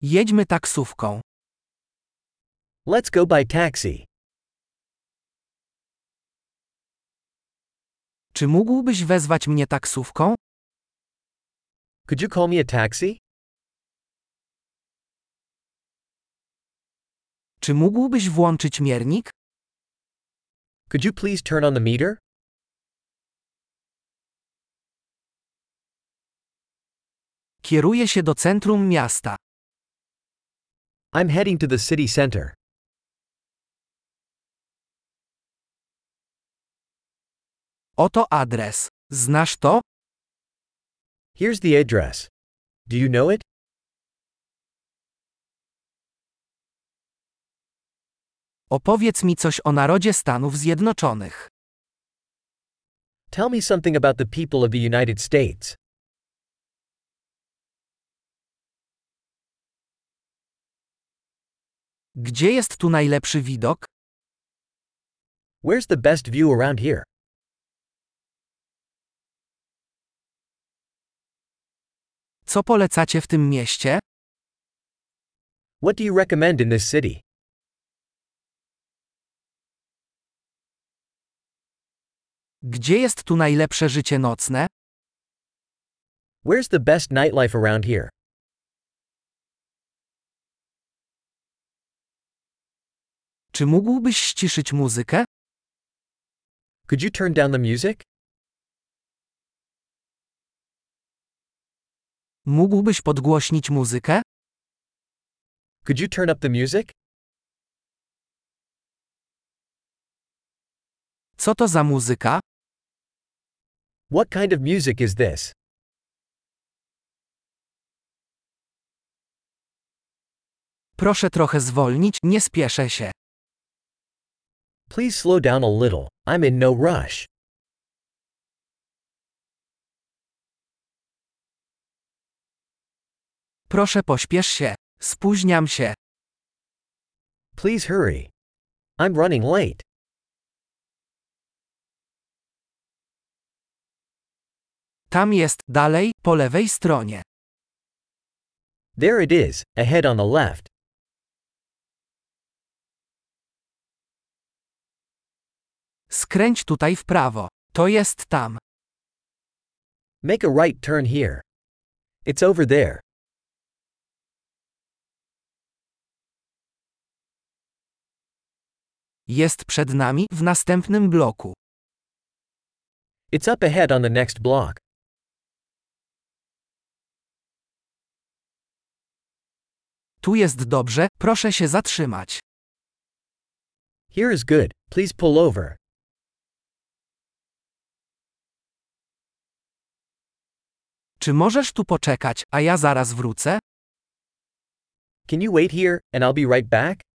Jedźmy taksówką. Let's go by taxi. Czy mógłbyś wezwać mnie taksówką? Could you call me a taxi? Czy mógłbyś włączyć miernik? Could you please turn on the meter? Kieruję się do centrum miasta. I'm heading to the city center. Oto adres. Znasz to? Here's the address. Do you know it? Opowiedz mi coś o narodzie Stanów Zjednoczonych. Tell me something about the people of the United States. Gdzie jest tu najlepszy widok? Where's the best view around here? Co polecacie w tym mieście? What do you recommend in this city? Gdzie jest tu najlepsze życie nocne? Where's the best nightlife around here? Czy mógłbyś ściszyć muzykę? Could you turn down the music? Mógłbyś podgłośnić muzykę? Could you turn up the music? Co to za muzyka? What kind of music is this? Proszę trochę zwolnić, nie spieszę się. Please slow down a little. I'm in no rush. Proszę pośpiesz się. Spóźniam się. Please hurry. I'm running late. Tam jest, dalej, po lewej stronie. There it is, ahead on the left. Skręć tutaj w prawo. To jest tam. Make a right turn here. It's over there. Jest przed nami, w następnym bloku. It's up ahead on the next block. Tu jest dobrze, proszę się zatrzymać. Here is good, please pull over. Czy możesz tu poczekać, a ja zaraz wrócę? Can you wait here, and I'll be right back?